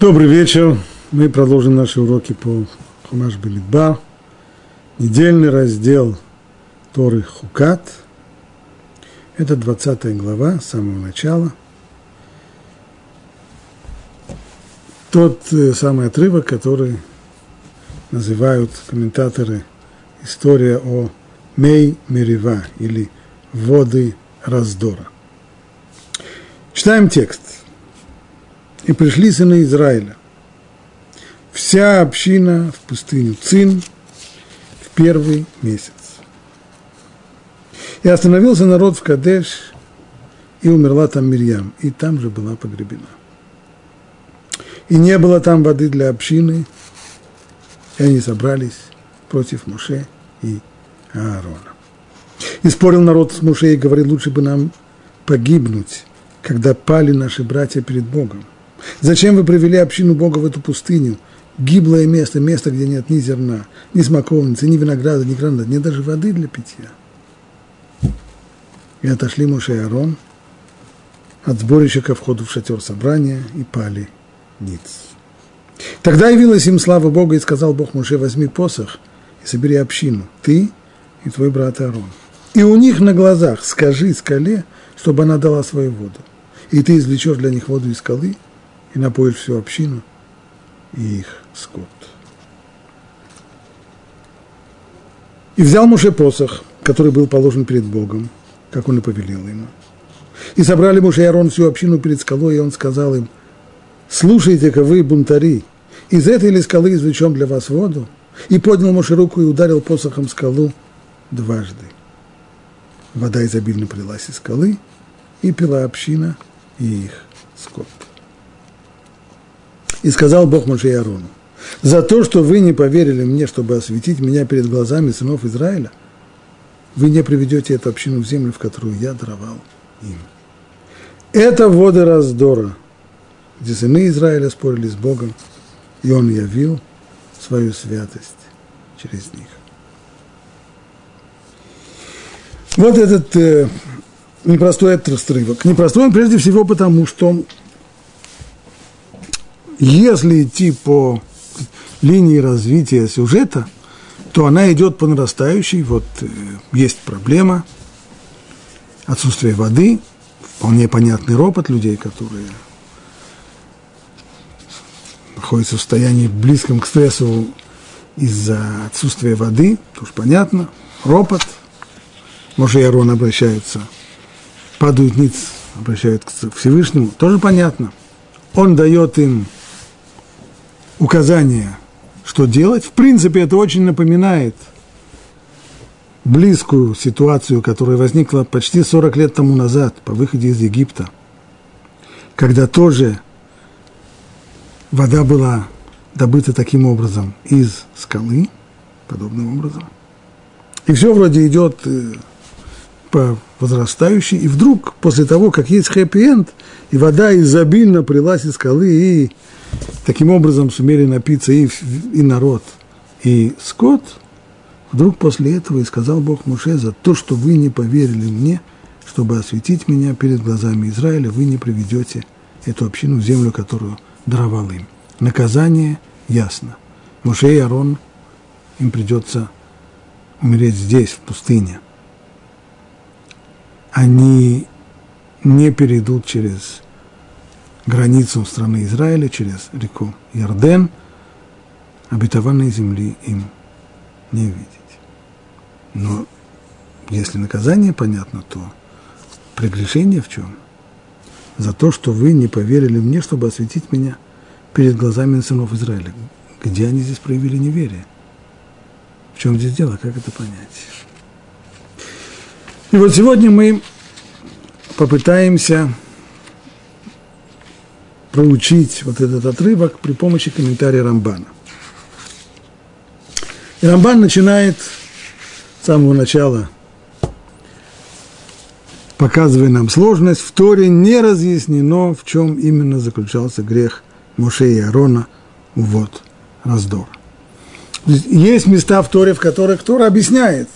Добрый вечер. Мы продолжим наши уроки по Хумаш Бамидбар. Недельный раздел Торы Хукат. Это 20 глава, с самого начала. Тот самый отрывок, который называют комментаторы история о Мей Мерива, или воды раздора. Читаем текст. «И пришли сыны Израиля, вся община в пустыню Цин в первый месяц. И остановился народ в Кадеш, и умерла там Мирьям, и там же была погребена. И не было там воды для общины, и они собрались против Моше и Аарона. И спорил народ с Моше и говорил: лучше бы нам погибнуть, когда пали наши братья перед Богом. Зачем вы привели общину Бога в эту пустыню, гиблое место, место, где нет ни зерна, ни смоковницы, ни винограда, ни граната, нет даже воды для питья? И отошли Моше и Аарон от сборища ко входу в шатер собрания и пали ниц. Тогда явилась им слава Бога, и сказал Бог Моше: возьми посох и собери общину, ты и твой брат Аарон. И у них на глазах скажи скале, чтобы она дала свою воду. И ты извлечешь для них воду из скалы, и напоишь всю общину и их скот. И взял Моше посох, который был положен перед Богом, как он и повелел ему. И собрали Моше и Аарон всю общину перед скалой, и он сказал им: слушайте-ка вы, бунтари, из этой ли скалы извлечем для вас воду? И поднял Моше руку и ударил посохом скалу дважды. Вода изобильно полилась из скалы, и пила община и их скот. И сказал Бог Моше и Аарону: за то, что вы не поверили мне, чтобы осветить меня перед глазами сынов Израиля, вы не приведете эту общину в землю, в которую я даровал им. Это воды раздора, где сыны Израиля спорили с Богом, и он явил свою святость через них. Вот этот непростой отрывок. Непростой он прежде всего потому, что если идти по линии развития сюжета, то она идет по нарастающей. Вот есть проблема отсутствия воды, вполне понятный ропот людей, которые находятся в состоянии близком к стрессу из-за отсутствия воды, тоже понятно, ропот. Моше и Аарон обращаются, падают ниц, обращаются к Всевышнему, тоже понятно. Он дает им указания, что делать. В принципе, это очень напоминает близкую ситуацию, которая возникла почти 40 лет тому назад, по выходе из Египта, когда тоже вода была добыта таким образом из скалы, подобным образом. И все вроде идет по возрастающей, и вдруг, после того, как есть хэппи-энд, и вода изобильно прилась из скалы, и таким образом сумели напиться и народ, и скот, вдруг после этого и сказал Бог Моше: за то, что вы не поверили мне, чтобы осветить меня перед глазами Израиля, вы не приведете эту общину в землю, которую даровал им. Наказание ясно. Моше и Аарон, им придется умереть здесь, в пустыне. Они не перейдут через границу страны Израиля, через реку Иорден, обетованной земли им не видеть. Но если наказание понятно, то прегрешение в чем? За то, что вы не поверили мне, чтобы осветить меня перед глазами сынов Израиля. Где они здесь проявили неверие? В чем здесь дело? Как это понять? И вот сегодня мы попытаемся проучить вот этот отрывок при помощи комментария Рамбана. И Рамбан начинает с самого начала, показывая нам сложность. В Торе не разъяснено, в чем именно заключался грех Моше и Аарона, вот раздор. Есть места в Торе, в которых Тора объясняет,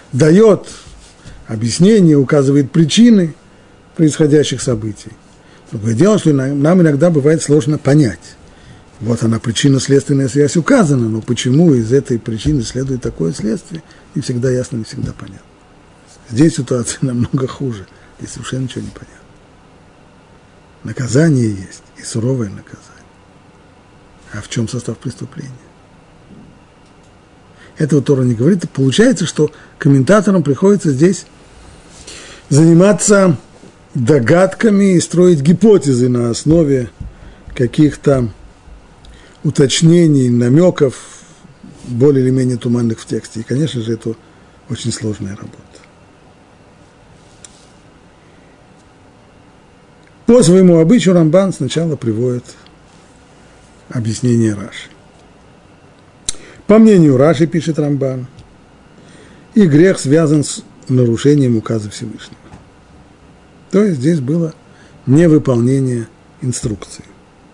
дает объяснение, указывает причины происходящих событий. Другое дело, что нам иногда бывает сложно понять. Вот она, причинно-следственная связь указана, но почему из этой причины следует такое следствие, не всегда ясно, не всегда понятно. Здесь ситуация намного хуже, здесь совершенно ничего не понятно. Наказание есть, и суровое наказание. А в чем состав преступления? Этого Тора не говорит. И получается, что комментаторам приходится здесь заниматься догадками и строить гипотезы на основе каких-то уточнений, намеков, более или менее туманных в тексте. И, конечно же, это очень сложная работа. По своему обычаю Рамбан сначала приводит объяснение Раши. По мнению Раши, пишет Рамбан, и грех связан с нарушением указа Всевышнего. То есть здесь было невыполнение инструкции.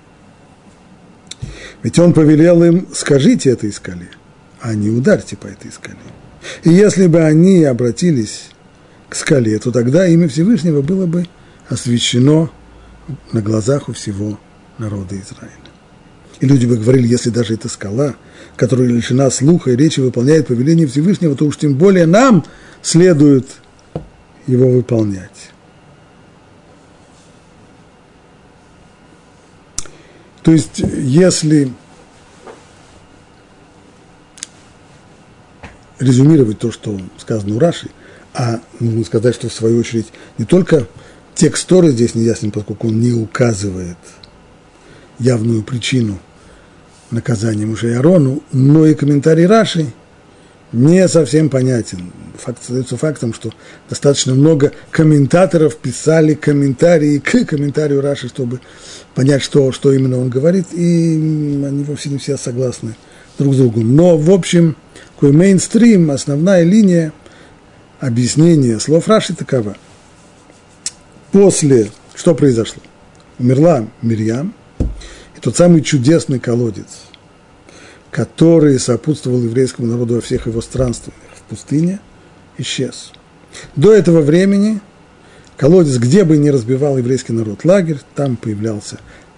Ведь он повелел им: скажите этой скале, а не ударьте по этой скале. И если бы они обратились к скале, то тогда имя Всевышнего было бы освящено на глазах у всего народа Израиля. И люди бы говорили: если даже эта скала, которая лишена слуха и речи, выполняет повеление Всевышнего, то уж тем более нам следует его выполнять. То есть, если резюмировать то, что сказано у Раши, а нужно сказать, что в свою очередь не только текст Торы здесь не ясен, поскольку он не указывает явную причину наказания Моше и Аарону, но и комментарий Раши не совсем понятен. Факт остается фактом, что достаточно много комментаторов писали комментарии к комментарию Раши, чтобы понять, что именно он говорит, и они вовсе не все согласны друг с другом. Но, в общем, такой мейнстрим, основная линия объяснения слов Раши такова. После, что произошло? Умерла Мирьям, и тот самый чудесный колодец, который сопутствовал еврейскому народу во всех его странствиях в пустыне, исчез. До этого времени колодец, где бы ни разбивал еврейский народ лагерь, там появлялась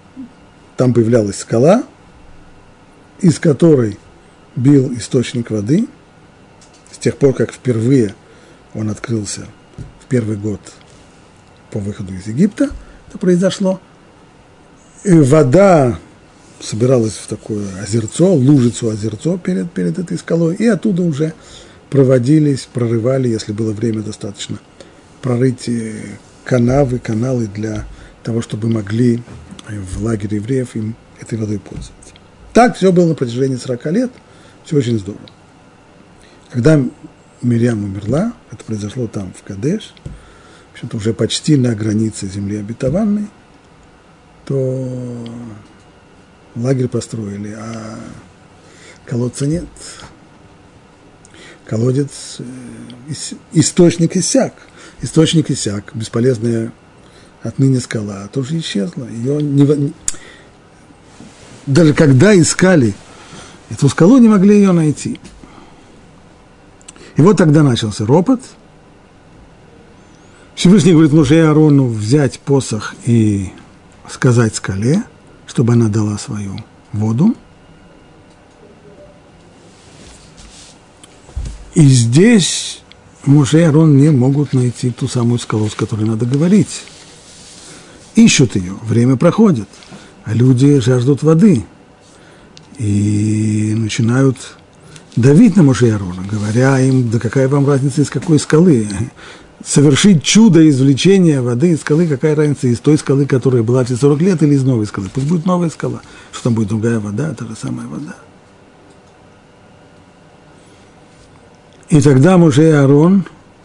скала, из которой бил источник воды. С тех пор, как впервые он открылся в первый год по выходу из Египта, это произошло. И вода собиралась в такое озерцо, лужицу-озерцо перед этой скалой, и оттуда уже прорывали, если было время достаточно, прорыть каналы для того, чтобы могли в лагере евреев им этой водой пользоваться. Так все было на протяжении 40 лет, все очень здорово. Когда Мирьям умерла, это произошло там, в Кадеш, в общем-то, уже почти на границе земли обетованной, то лагерь построили, а колодца нет. Колодец, источник иссяк, бесполезная отныне скала тоже исчезла. Даже когда искали эту скалу, не могли ее найти. И вот тогда начался ропот. Всевышний говорит Моше и Аарону взять посох и сказать скале, чтобы она дала свою воду. И здесь Моше и Аарон не могут найти ту самую скалу, с которой надо говорить. Ищут ее, время проходит, а люди жаждут воды. И начинают давить на Моше и Аарона, говоря им: да какая вам разница, из какой скалы? Совершить чудо извлечения воды из скалы, какая разница, из той скалы, которая была все 40 лет, или из новой скалы? Пусть будет новая скала. Что там будет другая вода, та же самая вода. И тогда Моше и Аарон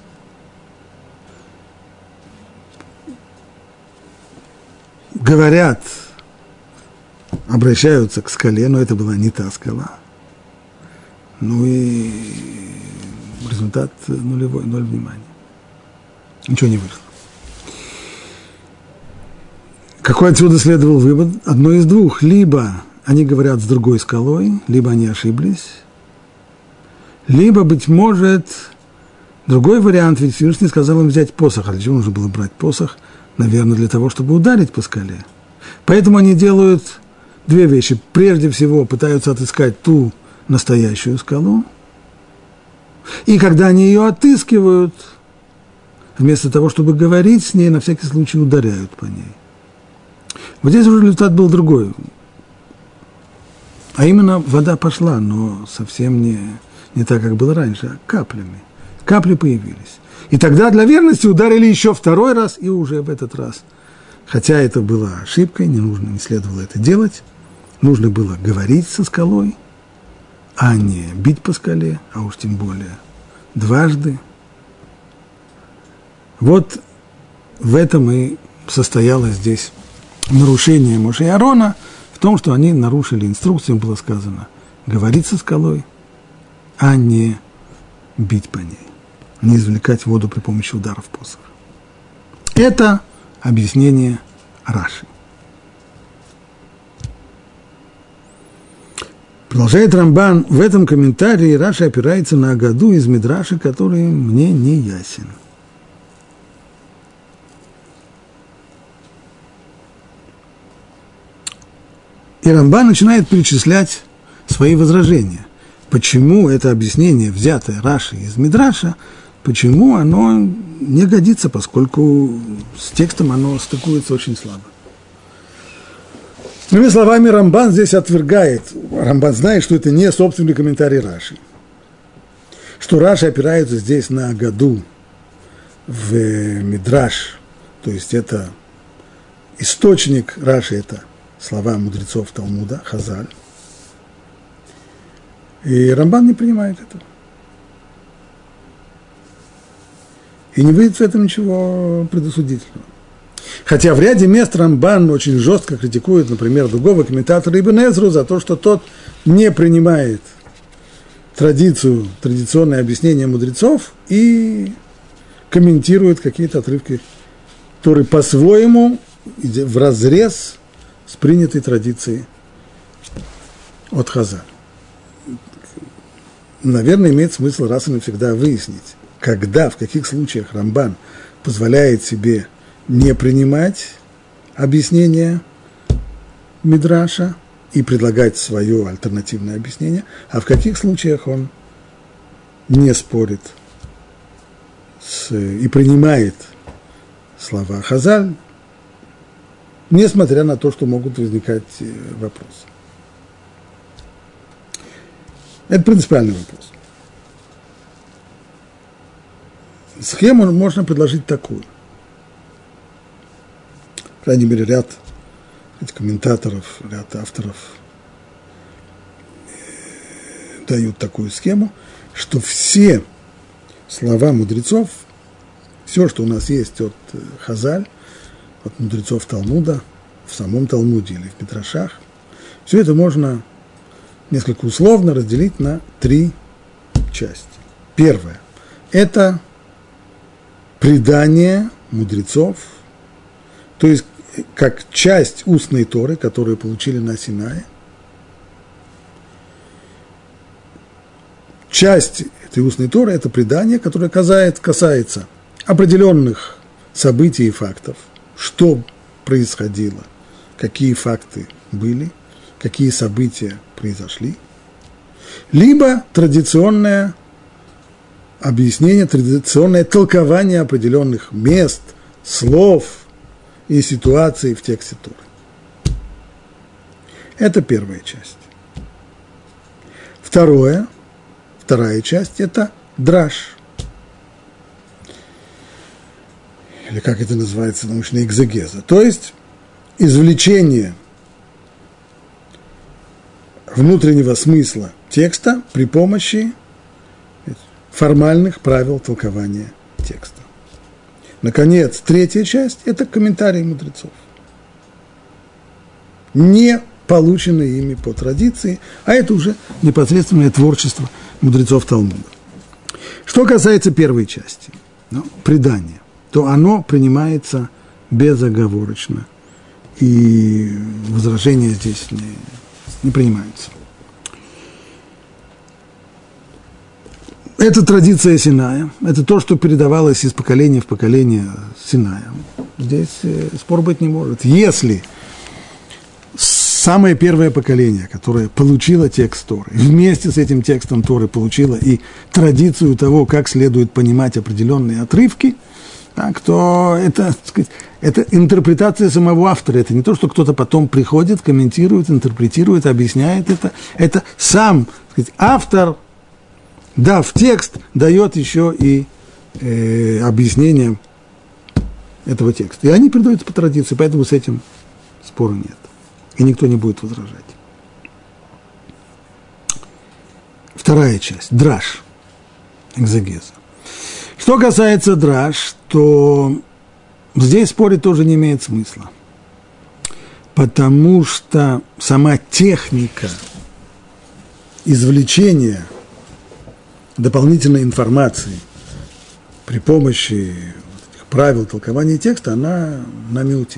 говорят, обращаются к скале, но это была не та скала. Ну и результат нулевой, 0 внимания. Ничего не вышло. Какой отсюда следовал вывод? Одно из двух. Либо они говорят с другой скалой, либо они ошиблись, либо, быть может, другой вариант, ведь Всевышний сказал им взять посох. А для чего нужно было брать посох? Наверное, для того, чтобы ударить по скале. Поэтому они делают две вещи. Прежде всего, пытаются отыскать ту настоящую скалу. И когда они ее отыскивают, вместо того, чтобы говорить с ней, на всякий случай ударяют по ней. Вот здесь уже результат был другой. А именно, вода пошла, но совсем не так, как было раньше, а каплями. Капли появились. И тогда для верности ударили еще второй раз, и уже в этот раз. Хотя это была ошибкой, не следовало это делать. Нужно было говорить со скалой, а не бить по скале, а уж тем более дважды. Вот в этом и состоялось здесь нарушение Моше и Аарона, в том, что они нарушили инструкцию, им было сказано говорить со скалой, а не бить по ней, не извлекать воду при помощи ударов посоха. Это объяснение Раши. Продолжает Рамбан, в этом комментарии Раши опирается на Агаду из Мидраши, который мне не ясен. И Рамбан начинает перечислять свои возражения. Почему это объяснение, взятое Раши из Мидраша, почему оно не годится, поскольку с текстом оно стыкуется очень слабо. Другими словами, Рамбан здесь отвергает, Рамбан знает, что это не собственный комментарий Раши, что Раши опирается здесь на Агаду в Мидраш, то есть это источник Раши, это слова мудрецов Талмуда, Хазаль. И Рамбан не принимает этого. И не видит в этом ничего предосудительного. Хотя в ряде мест Рамбан очень жестко критикует, например, другого комментатора Ибн Эзру за то, что тот не принимает традиционное объяснение мудрецов и комментирует какие-то отрывки Торы по-своему, вразрез с принятой традицией от Хазаль. Наверное, имеет смысл раз и навсегда выяснить, когда, в каких случаях Рамбан позволяет себе не принимать объяснение Мидраша и предлагать свое альтернативное объяснение, а в каких случаях он не спорит и принимает слова Хазаль, несмотря на то, что могут возникать вопросы. Это принципиальный вопрос. Схему можно предложить такую. По крайней мере, ряд комментаторов, ряд авторов дают такую схему, что все слова мудрецов, все, что у нас есть от Хазаль, от мудрецов Талмуда, в самом Талмуде или в Мидрашах, все это можно несколько условно разделить на три части. Первое – это предание мудрецов, то есть как часть устной Торы, которую получили на Синае. Часть этой устной Торы – это предание, которое касается определенных событий и фактов, что происходило, какие факты были, какие события произошли, либо традиционное объяснение, традиционное толкование определенных мест, слов и ситуаций в тексте Торы. Это первая часть. Вторая часть – это драш. Или как это называется, научная экзегеза. То есть извлечение внутреннего смысла текста при помощи формальных правил толкования текста. Наконец, третья часть – это комментарии мудрецов, не полученные ими по традиции, а это уже непосредственное творчество мудрецов Талмуда. Что касается первой части, предания, то оно принимается безоговорочно, и возражения здесь не принимаются. Это традиция Синая, это то, что передавалось из поколения в поколение Синая. Здесь спор быть не может. Если самое первое поколение, которое получило текст Торы, вместе с этим текстом Торы получило и традицию того, как следует понимать определенные отрывки, так, то это, так сказать, это интерпретация самого автора. Это не то, что кто-то потом приходит, комментирует, интерпретирует, объясняет это. Это сам, так сказать, автор, дав текст, дает еще и объяснение этого текста. И они передаются по традиции, поэтому с этим спора нет. И никто не будет возражать. Вторая часть. Драш. Экзегеза. Что касается драш, то здесь спорить тоже не имеет смысла. Потому что сама техника извлечения дополнительной информации при помощи этих правил толкования текста, она на мюте.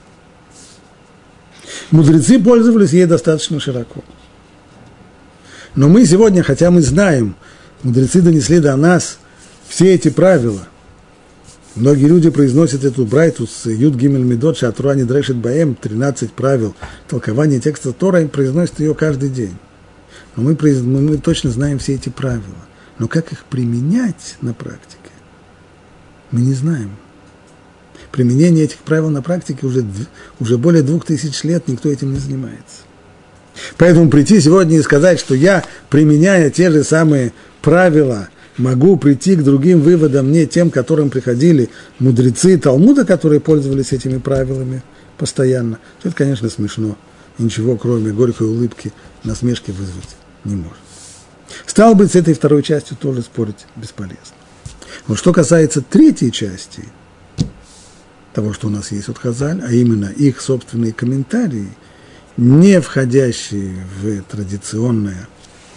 Мудрецы пользовались ей достаточно широко. Но мы сегодня, хотя мы знаем, мудрецы донесли до нас все эти правила. Многие люди произносят эту брайту с Юд Гимель Медот, Шатруа Нидрешет Баэм, 13 правил толкования текста Тора, и произносят ее каждый день. Но мы точно знаем все эти правила. Но как их применять на практике, мы не знаем. Применение этих правил на практике уже более 2000 лет никто этим не занимается. Поэтому прийти сегодня и сказать, что я, применяя те же самые правила, могу прийти к другим выводам, не тем, к которым приходили мудрецы Талмуда, которые пользовались этими правилами постоянно, это, конечно, смешно. Ничего, кроме горькой улыбки, насмешки вызвать не может. Стало быть, с этой второй частью тоже спорить бесполезно. Вот что касается третьей части, того, что у нас есть от Хазаль, а именно их собственные комментарии, не входящие в традиционное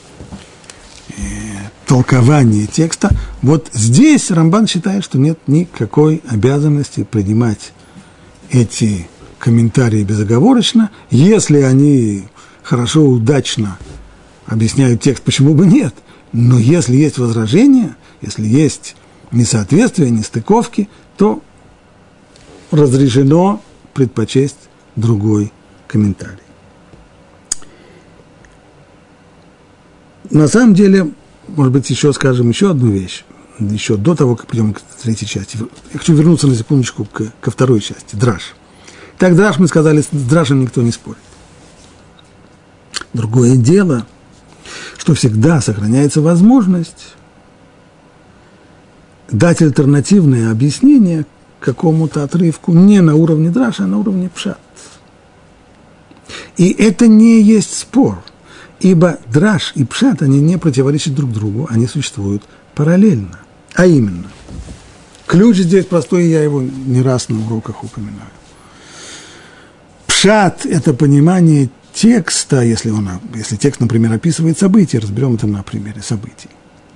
толкование текста, вот здесь Рамбан считает, что нет никакой обязанности принимать эти комментарии безоговорочно, если они хорошо, удачно объясняют текст, почему бы нет, но если есть возражения, если есть несоответствия, нестыковки, то разрешено предпочесть другой комментарий. На самом деле, может быть, еще скажем еще одну вещь, еще до того, как придем к третьей части. Я хочу вернуться на секундочку ко второй части, драш. Так, драш, мы сказали, с драшем никто не спорит. Другое дело, что всегда сохраняется возможность дать альтернативное объяснение какому-то отрывку не на уровне драша, а на уровне пшат. И это не есть спор, ибо драш и пшат, они не противоречат друг другу, они существуют параллельно. А именно, ключ здесь простой, я его не раз на уроках упоминаю. Пшат – это понимание текста, если текст, например, описывает события, разберем это на примере событий,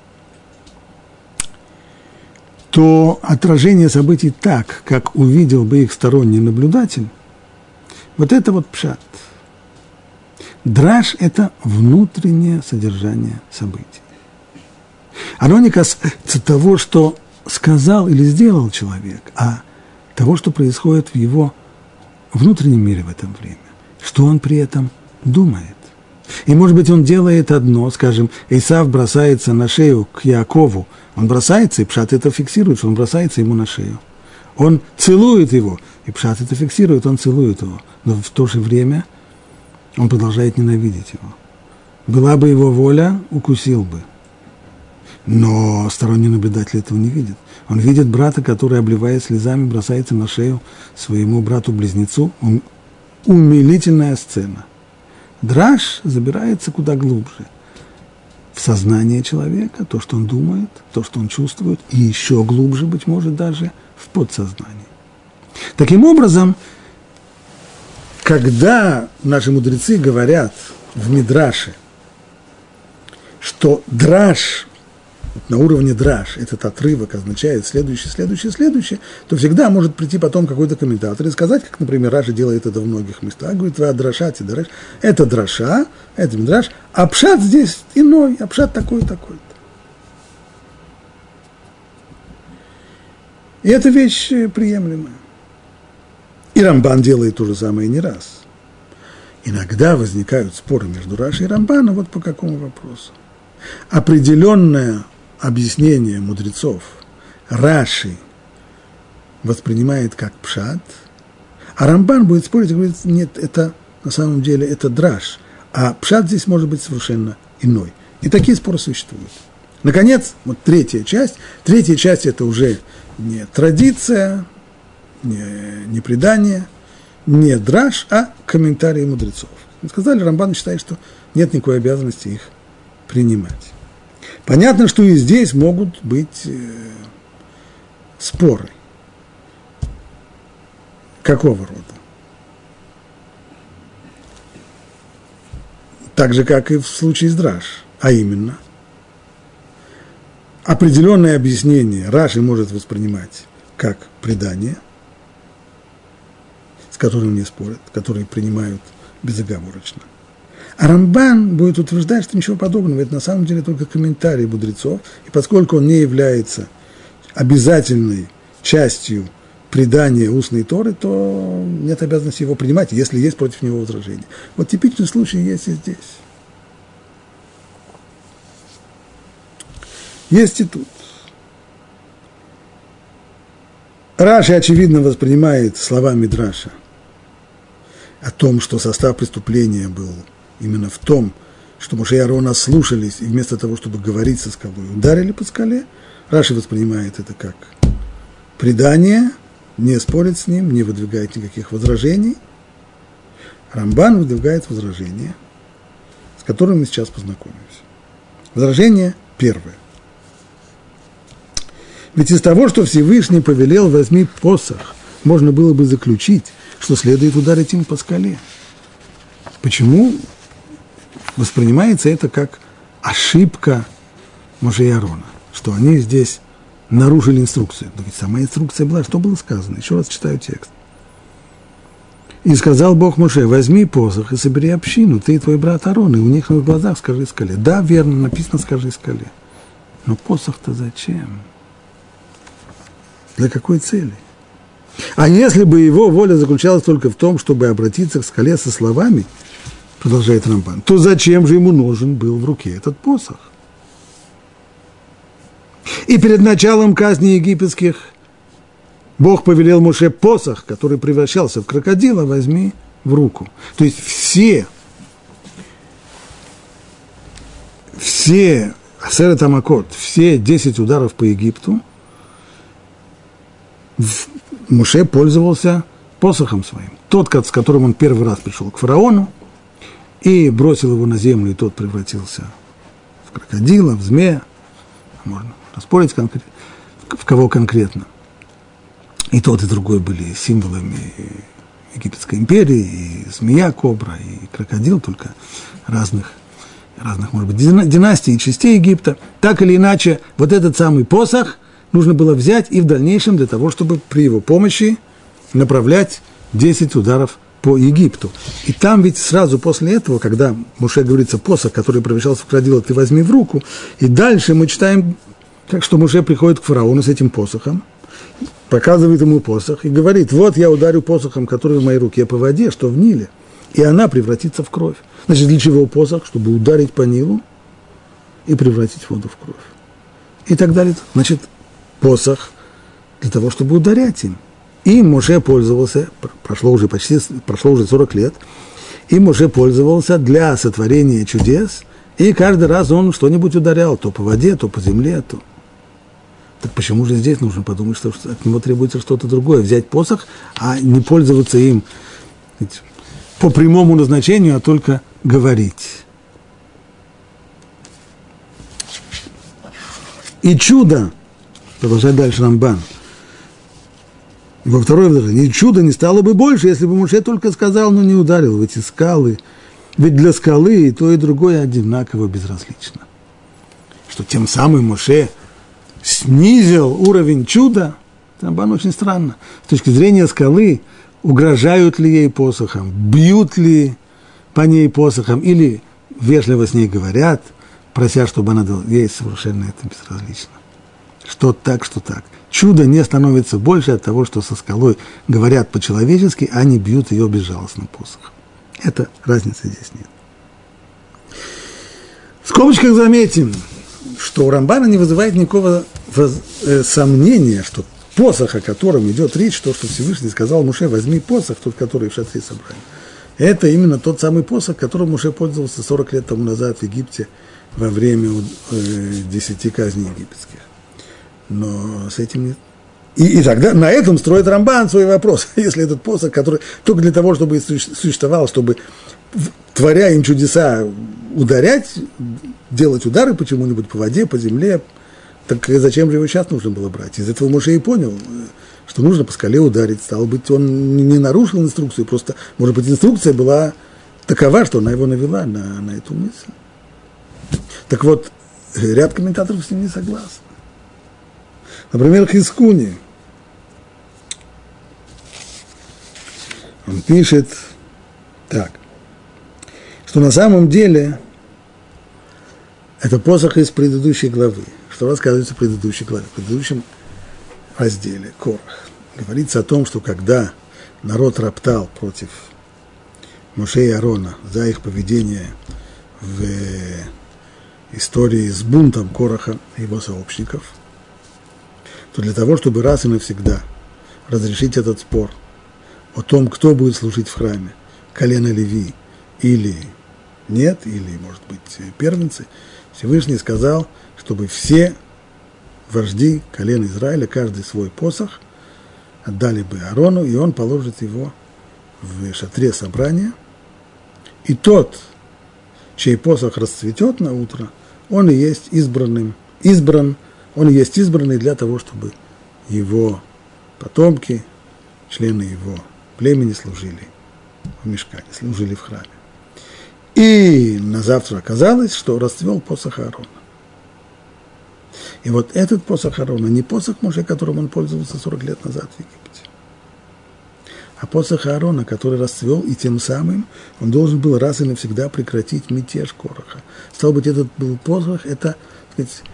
то отражение событий так, как увидел бы их сторонний наблюдатель, вот это вот пшат. Драш – это внутреннее содержание событий. Оно не касается того, что сказал или сделал человек, а того, что происходит в его внутреннем мире в это время, что он при этом думает. И, может быть, он делает одно, скажем, Исав бросается на шею к Яакову, он бросается, и пшат это фиксирует, что он бросается ему на шею. Он целует его, и пшат это фиксирует, он целует его. Но в то же время он продолжает ненавидеть его. Была бы его воля, укусил бы. Но сторонний наблюдатель этого не видит. Он видит брата, который, обливаясь слезами, бросается на шею своему брату-близнецу. Умилительная сцена. Драш забирается куда глубже. В сознание человека, то, что он думает, то, что он чувствует, и еще глубже, быть может, даже в подсознании. Таким образом, когда наши мудрецы говорят в Мидраше, что драш, на уровне драш, этот отрывок означает следующее, то всегда может прийти потом какой-то комментатор и сказать, как, например, Раши делает это в многих местах, говорит, вы драша, это драша, это мидраш, а пшат здесь иной, а пшат такой-то. И эта вещь приемлемая. И Рамбан делает то же самое не раз. Иногда возникают споры между Раши и Рамбаном вот по какому вопросу. Определенное объяснение мудрецов Раши воспринимает как пшат, а Рамбан будет спорить и говорит, нет, это на самом деле это драш, а пшат здесь может быть совершенно иной. И такие споры существуют. Наконец, вот третья часть. Третья часть – это уже не традиция, не предание, не драш, а комментарии мудрецов. Мы сказали, Рамбан считает, что нет никакой обязанности их принимать. Понятно, что и здесь могут быть споры. Какого рода? Так же, как и в случае с драш, а именно определенное объяснение Раши может воспринимать как предание, с которым не спорят, которые принимают безоговорочно. А Рамбан будет утверждать, что ничего подобного, это на самом деле только комментарий мудрецов, и поскольку он не является обязательной частью предания устной Торы, то нет обязанности его принимать, если есть против него возражения. Вот типичный случай есть и здесь. Есть и тут. Раши, очевидно, воспринимает слова Мидраша о том, что состав преступления был именно в том, что Моше и Аарон ослушались, и вместо того, чтобы говорить со скалой, ударили по скале. Раши воспринимает это как предание, не спорит с ним, не выдвигает никаких возражений. Рамбан выдвигает возражение, с которым мы сейчас познакомимся. Возражение первое. Ведь из того, что Всевышний повелел возьми посох, можно было бы заключить, что следует ударить им по скале. Почему воспринимается это как ошибка Моше и Аарона, что они здесь нарушили инструкцию? Но ведь сама инструкция была, что было сказано? Еще раз читаю текст. «И сказал Бог Моше, возьми посох и собери общину, ты и твой брат Аарон, и у них на глазах скажи скале». Да, верно, написано «скажи скале». Но посох-то зачем? Для какой цели? А если бы его воля заключалась только в том, чтобы обратиться к скале со словами, продолжает Рамбан, то зачем же ему нужен был в руке этот посох? И перед началом казни египетских Бог повелел Моше посох, который превращался в крокодила, возьми в руку. То есть все Асерет Амакот, все 10 ударов по Египту, Моше пользовался посохом своим. Тот, с которым он первый раз пришел к фараону и бросил его на землю, и тот превратился в крокодила, в змея. Можно распорить в кого конкретно. И тот, и другой были символами Египетской империи, и змея, кобра, и крокодил, только разных, может быть, династий и частей Египта. Так или иначе, вот этот самый посох нужно было взять и в дальнейшем для того, чтобы при его помощи направлять 10 ударов по Египту. И там ведь сразу после этого, когда Моше говорится посох, который превращался в крокодила, ты возьми в руку, и дальше мы читаем, так что Моше приходит к фараону с этим посохом, показывает ему посох и говорит, вот я ударю посохом, который в моей руке по воде, что в Ниле, и она превратится в кровь. Значит, для чего посох? Чтобы ударить по Нилу и превратить воду в кровь. И так далее. Значит, посох для того, чтобы ударять им. И Моше пользовался, прошло уже 40 лет, и Моше пользовался для сотворения чудес, и каждый раз он что-нибудь ударял, то по воде, то по земле, то... Так почему же здесь нужно подумать, что от него требуется что-то другое? Взять посох, а не пользоваться им по прямому назначению, а только говорить. И чудо, продолжает дальше Рамбан, во второе возражение, и чудо не стало бы больше, если бы Моше только сказал, но не ударил в эти скалы. Ведь для скалы и то, и другое одинаково безразлично. Что тем самым Моше снизил уровень чуда, Рамбан очень странно. С точки зрения скалы, угрожают ли ей посохом, бьют ли по ней посохом, или вежливо с ней говорят, прося, чтобы она дала, ей совершенно это безразлично. Что так, что так. чудо не становится больше от того, что со скалой говорят по-человечески, а не бьют ее безжалостным посохом. Это разницы здесь нет. В скобочках заметим, что у Рамбана не вызывает никакого сомнения, что посох, о котором идет речь, то, что Всевышний сказал Моше, возьми посох, тот, который в шатре собрания. Это именно тот самый посох, которым Моше пользовался 40 лет тому назад в Египте во время 10 казней египетских. Но с этим нет. И тогда на этом строит Рамбан свой вопрос. Если этот посох, который только для того, чтобы существовал, чтобы, творя им чудеса, ударять, делать удары почему-нибудь по воде, по земле, так зачем же его сейчас нужно было брать? Из этого Моше и понял, что нужно по скале ударить. Стало быть, он не нарушил инструкцию, просто, может быть, инструкция была такова, что она его навела на эту мысль. Так вот, ряд комментаторов с ним не согласны. Например, Хискуни. Он пишет так, что на самом деле это посох из предыдущей главы. Что рассказывается в предыдущей главе, в предыдущем разделе Корах. Говорится о том, что когда народ роптал против Моше и Аарона за их поведение в истории с бунтом Кораха и его сообщников, то для того, чтобы раз и навсегда разрешить этот спор о том, кто будет служить в храме, колено Леви или нет, или, может быть, первенцы, Всевышний сказал, чтобы все вожди колена Израиля, каждый свой посох, отдали бы Аарону, и он положит его в шатре собрания. И тот, чей посох расцветет на утро, он и есть избранный для того, чтобы его потомки, члены его племени служили в мишкане, служили в храме. И на завтра оказалось, что расцвел посох Аарона. И вот этот посох Аарона не посох Моше, которым он пользовался 40 лет назад в Египте, а посох Аарона, который расцвел, и тем самым он должен был раз и навсегда прекратить мятеж Кораха. Стало быть, этот был посох, это, так сказать,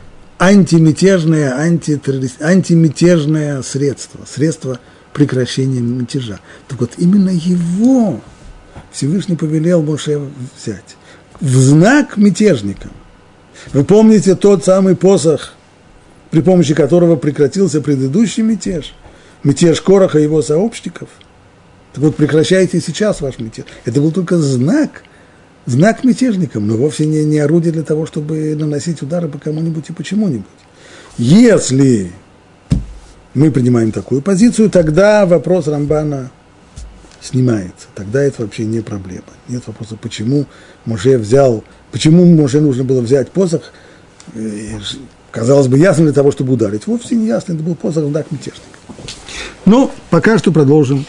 антимятежное средство прекращения мятежа. Так вот, именно его Всевышний повелел Моше взять в знак мятежникам. Вы помните тот самый посох, при помощи которого прекратился предыдущий мятеж Кораха и его сообщников? Так вот, прекращайте сейчас ваш мятеж. Это был только знак мятежникам, но вовсе не орудие для того, чтобы наносить удары по кому-нибудь и почему-нибудь. Если мы принимаем такую позицию, тогда вопрос Рамбана снимается. Тогда это вообще не проблема. Нет вопроса, почему Моше нужно было взять посох, казалось бы, ясно для того, чтобы ударить. Вовсе не ясно, это был посох в знак мятежника. Но пока что продолжим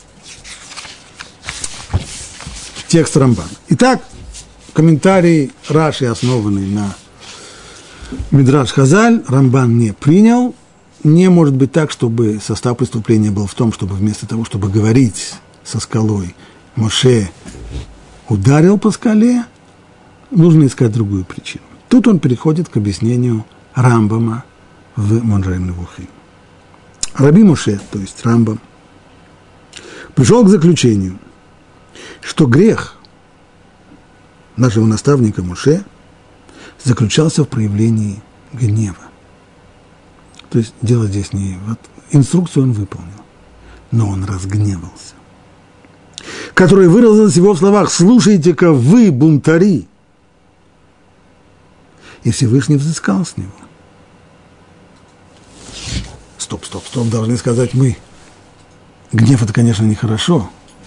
текст Рамбана. Итак, комментарий Раши, основанный на Мидраш Хазаль, Рамбан не принял. Не может быть так, чтобы состав преступления был в том, чтобы вместо того, чтобы говорить со скалой, Моше ударил по скале, нужно искать другую причину. Тут он переходит к объяснению Рамбама в Монжаим Невухим. Раби Моше, то есть Рамбам, пришел к заключению, что грех нашего наставника Моше заключался в проявлении гнева. То есть дело здесь не... Вот, инструкцию он выполнил, но он разгневался, которая выразилась его в словах: «Слушайте-ка вы, бунтари!» И Всевышний взыскал с него. Стоп, должны сказать мы. Гнев – это, конечно, нехорошо.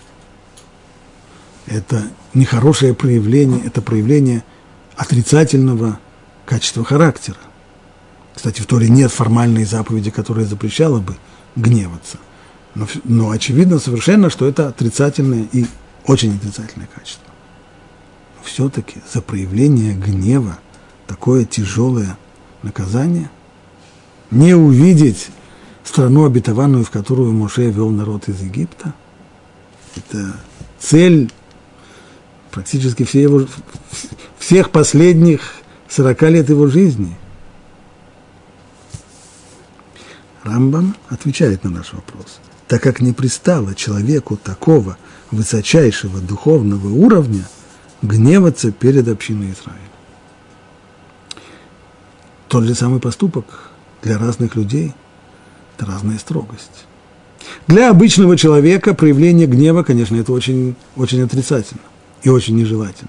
Это нехорошее проявление, это проявление отрицательного качества характера. Кстати, в Торе нет формальной заповеди, которая запрещала бы гневаться. Но очевидно совершенно, что это отрицательное и очень отрицательное качество. Но все-таки за проявление гнева такое тяжелое наказание, не увидеть страну обетованную, в которую Моше вел народ из Египта, это цель практически всех последних 40 лет его жизни. Рамбам отвечает на наш вопрос. Так как не пристало человеку такого высочайшего духовного уровня гневаться перед общиной Израиля. Тот же самый поступок для разных людей – это разная строгость. Для обычного человека проявление гнева, конечно, это очень, очень отрицательно и очень нежелательно.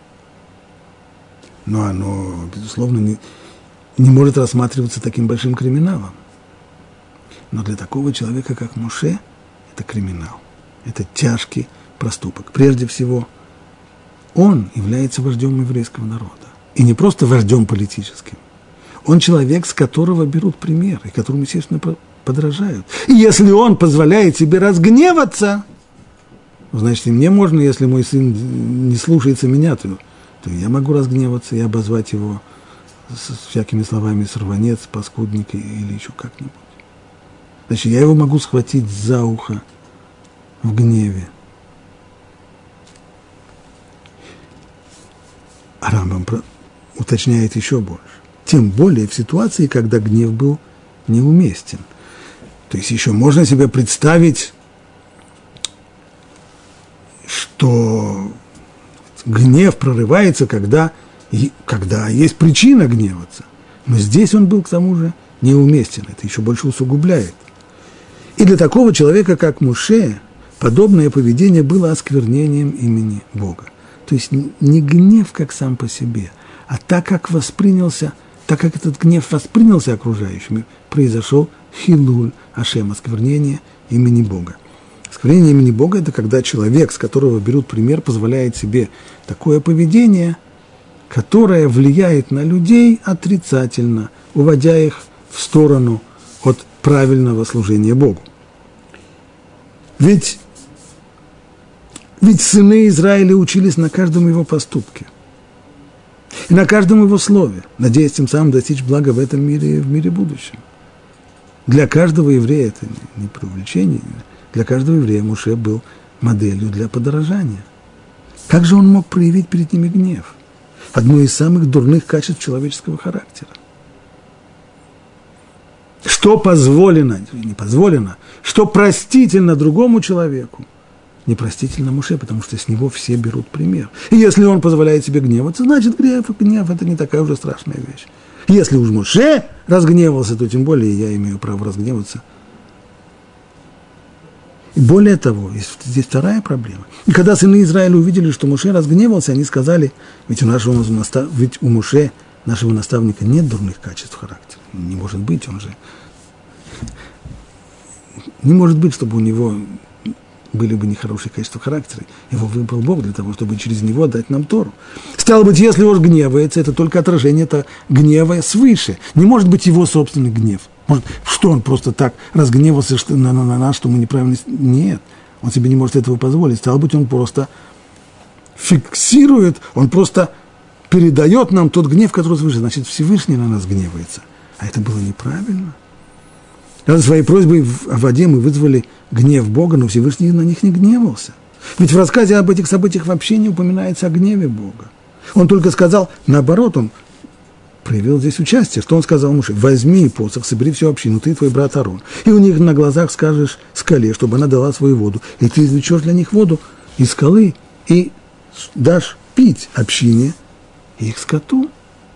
Но оно, безусловно, не может рассматриваться таким большим криминалом. Но для такого человека, как Моше, это криминал. Это тяжкий проступок. Прежде всего, он является вождем еврейского народа. И не просто вождем политическим. Он человек, с которого берут пример, и которому, естественно, подражают. И если он позволяет себе разгневаться, значит, и мне можно, если мой сын не слушается меня, то я могу разгневаться и обозвать его с всякими словами сорванец, паскудник или еще как-нибудь. Значит, я его могу схватить за ухо в гневе. А Рамбам уточняет еще больше. Тем более в ситуации, когда гнев был неуместен. То есть еще можно себе представить, что гнев прорывается, когда есть причина гневаться. Но здесь он был, к тому же, неуместен. Это еще больше усугубляет. И для такого человека, как Моше, подобное поведение было осквернением имени Бога. То есть не гнев как сам по себе, а так как этот гнев воспринялся окружающими, произошел хилуль Ашем, осквернение имени Бога. Осквернение имени Бога – это когда человек, с которого берут пример, позволяет себе такое поведение, которое влияет на людей отрицательно, уводя их в сторону от правильного служения Богу. Ведь сыны Израиля учились на каждом его поступке и на каждом его слове, надеясь тем самым достичь блага в этом мире и в мире будущем. Для каждого еврея, это не преувеличение, для каждого еврея Моше был моделью для подражания. Как же он мог проявить перед ними гнев? Одно из самых дурных качеств человеческого характера. Что позволено, не позволено, что простительно другому человеку, непростительно Моше, потому что с него все берут пример. И если он позволяет себе гневаться, значит, гнев – это не такая уже страшная вещь. Если уж Моше разгневался, то тем более я имею право разгневаться. И более того, здесь вторая проблема. И когда сыны Израиля увидели, что Моше разгневался, они сказали, ведь у Моше, нашего наставника, нет дурных качеств характера. Не может быть, не может быть, чтобы у него были бы нехорошие качества характера. Его выбрал Бог для того, чтобы через него дать нам Тору. Стало быть, если он гневается, это только отражение гнева свыше. Не может быть его собственный гнев. Может, что он просто так разгневался на нас, что мы неправильно... Нет, он себе не может этого позволить. Стало быть, он просто фиксирует, он просто передает нам тот гнев, который свыше. Значит, Всевышний на нас гневается. А это было неправильно. Когда своей просьбой о воде мы вызвали гнев Бога, но Всевышний на них не гневался. Ведь в рассказе об этих событиях вообще не упоминается о гневе Бога. Он только сказал, наоборот, он проявил здесь участие. Что он сказал Моше? Возьми посох, собери всю общину, ты и твой брат Арон. И у них на глазах скажешь скале, чтобы она дала свою воду. И ты извлечешь для них воду из скалы и дашь пить общине и их скоту.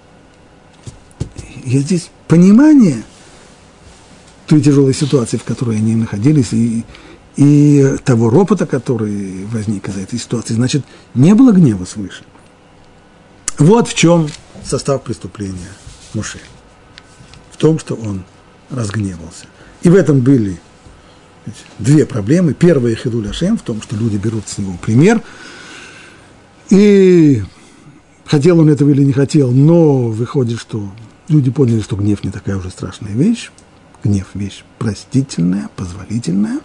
Есть здесь понимание той тяжелой ситуации, в которой они находились, и того ропота, который возник из этой ситуации. Значит, не было гнева свыше. Вот в чем состав преступления Моше. В том, что он разгневался. И в этом были две проблемы. Первая — хилуль Ашем, в том, что люди берут с него пример. И хотел он этого или не хотел, но выходит, что люди поняли, что гнев не такая уже страшная вещь. Гнев – вещь простительная, позволительная.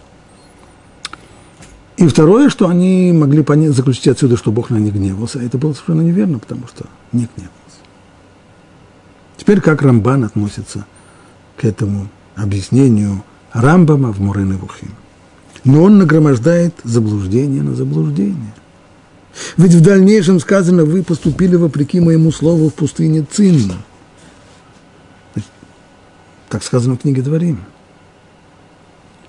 И второе, что они могли заключить отсюда, что Бог на них гневался. Это было совершенно неверно, потому что не гневался. Теперь как Рамбан относится к этому объяснению Рамбама в Море Невухим? Но он нагромождает заблуждение на заблуждение. Ведь в дальнейшем сказано, вы поступили вопреки моему слову в пустыне Цинна. Так сказано в книге Дворим.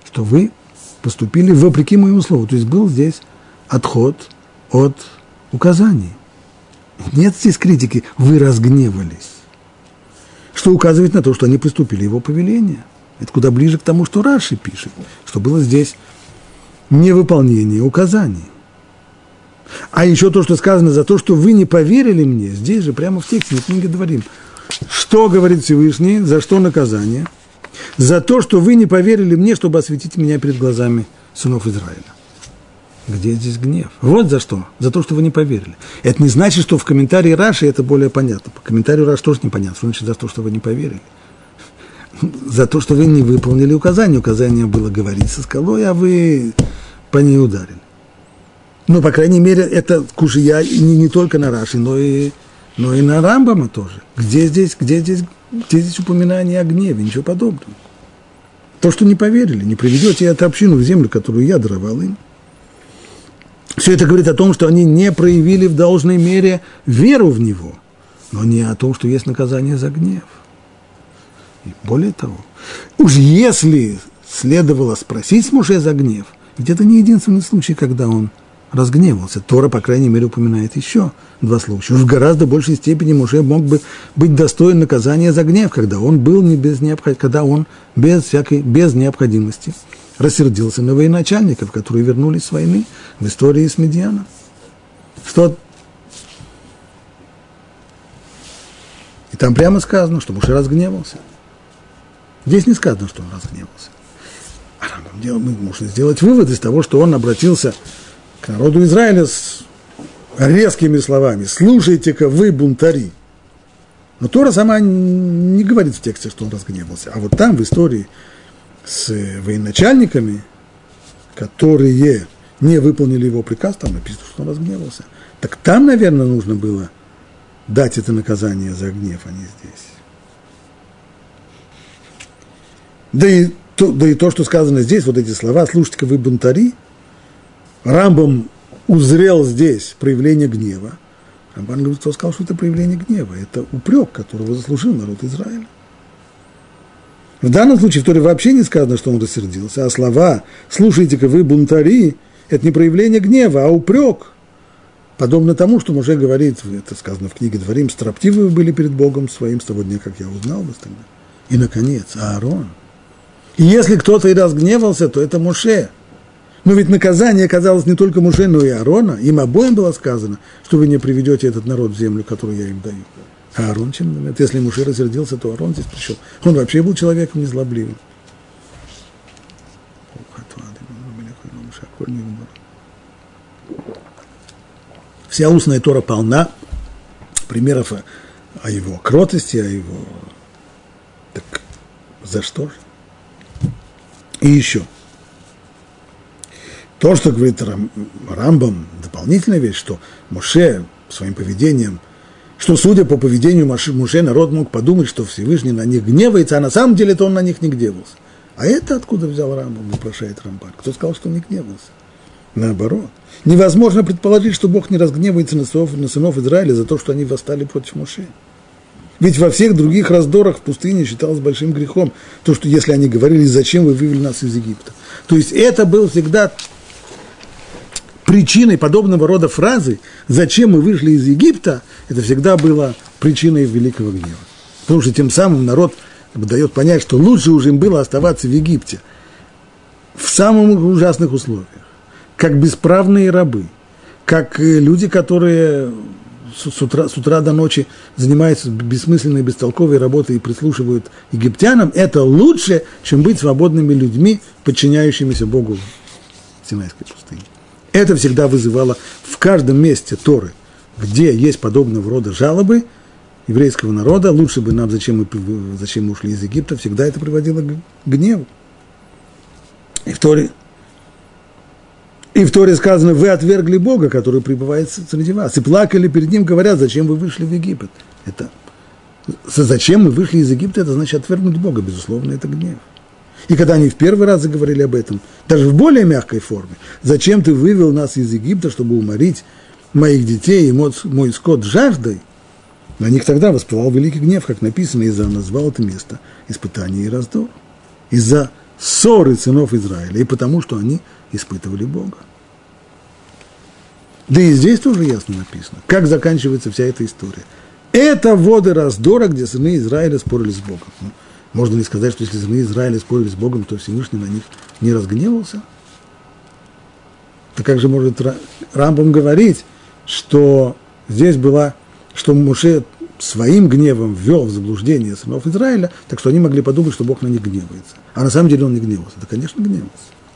что вы поступили вопреки моему слову. То есть был здесь отход от указаний. Нет здесь критики, вы разгневались. Что указывает на то, что они приступили его повеление. Это куда ближе к тому, что Раши пишет, что было здесь невыполнение указаний. А еще то, что сказано за то, что вы не поверили мне, здесь же прямо в тексте, в книге Дворим. Что говорит Всевышний, за что наказание? За то, что вы не поверили мне, чтобы осветить меня перед глазами сынов Израиля. Где здесь гнев? Вот за что. За то, что вы не поверили. Это не значит, что в комментарии Раши это более понятно. По комментарию Раши тоже непонятно. Что значит за то, что вы не поверили? За то, что вы не выполнили указание. Указание было говорить со скалой, а вы по ней ударили. Ну, по крайней мере, это кушия не только на Раши, но и на Рамбама тоже. Где здесь упоминание о гневе? Ничего подобного. То, что не поверили, не приведете эту общину в землю, которую я даровал им. Все это говорит о том, что они не проявили в должной мере веру в него, но не о том, что есть наказание за гнев. И более того, уж если следовало спросить с Моше за гнев, ведь это не единственный случай, когда он разгневался. Тора, по крайней мере, упоминает еще два случая. Уж в гораздо большей степени Моше мог бы быть достоин наказания за гнев, когда он был без необходимости рассердился на военачальников, которые вернулись с войны в истории с Медианом. Что? И там прямо сказано, что Моше разгневался. Здесь не сказано, что он разгневался. А мы можем сделать вывод из того, что он обратился к народу Израиля с резкими словами: «Слушайте-ка вы, бунтари». Но Тора сама не говорит в тексте, что он разгневался. А вот там, в истории с военачальниками, которые не выполнили его приказ, там написано, что он разгневался. Так там, наверное, нужно было дать это наказание за гнев, а не здесь. Да и то, что сказано здесь, вот эти слова: «Слушайте-ка вы, бунтари», Рамбам узрел здесь проявление гнева. Рамбам говорит, кто сказал, что это проявление гнева. Это упрек, которого заслужил народ Израиля. В данном случае в Торе вообще не сказано, что он рассердился, а слова «слушайте-ка вы, бунтари» – это не проявление гнева, а упрек. Подобно тому, что Моше говорит, это сказано в книге Дворим: «Строптивы вы были перед Богом своим с того дня, как я узнал вас тогда». И, наконец, Аарон. И если кто-то и разгневался, то это Моше. Но ведь наказание оказалось не только Моше, но и Аарона. Им обоим было сказано, что вы не приведете этот народ в землю, которую я им даю. А Аарон чем виноват? Если Моше рассердился, то Аарон здесь пришел. Он вообще был человеком незлобливым. Вся устная Тора полна примеров о его кротости, о его... Так за что же? И еще. То, что говорит Рамбам, дополнительная вещь, что Моше своим поведением, что, судя по поведению Моше, народ мог подумать, что Всевышний на них гневается, а на самом деле это он на них не гневался. А это откуда взял Рамбам, вопрошает Рамбан? Кто сказал, что он не гневался? Наоборот. Невозможно предположить, что Бог не разгневается на сынов Израиля за то, что они восстали против Моше. Ведь во всех других раздорах в пустыне считалось большим грехом то, что если они говорили, зачем вы вывели нас из Египта. То есть это был всегда причиной подобного рода фразы «зачем мы вышли из Египта», это всегда было причиной великого гнева. Потому что тем самым народ дает понять, что лучше уже им было оставаться в Египте в самых ужасных условиях, как бесправные рабы, как люди, которые с утра до ночи занимаются бессмысленной, бестолковой работой и прислушивают египтянам, это лучше, чем быть свободными людьми, подчиняющимися Богу в Синайской пустыне. Это всегда вызывало в каждом месте Торы, где есть подобного рода жалобы еврейского народа, лучше бы нам, зачем мы ушли из Египта, всегда это приводило к гневу. И в Торе сказано: вы отвергли Бога, который пребывает среди вас, и плакали перед Ним, говорят, зачем вы вышли в Египет. Зачем мы вышли из Египта, это значит отвергнуть Бога, безусловно, это гнев. И когда они в первый раз заговорили об этом, даже в более мягкой форме: зачем ты вывел нас из Египта, чтобы уморить моих детей и мой скот жаждой, на них тогда воспылал великий гнев, как написано, Иза назвал это место испытание и раздор. Из-за ссоры сынов Израиля, и потому, что они испытывали Бога. Да и здесь тоже ясно написано, как заканчивается вся эта история. Это воды раздора, где сыны Израиля спорили с Богом. Можно ли сказать, что если сыны Израиля спорили с Богом, то Всевышний на них не разгневался? То как же может Рамбам говорить, что здесь была, что Моше своим гневом ввел в заблуждение сынов Израиля, так что они могли подумать, что Бог на них гневается. А на самом деле он не гневался. Да, конечно, гневался.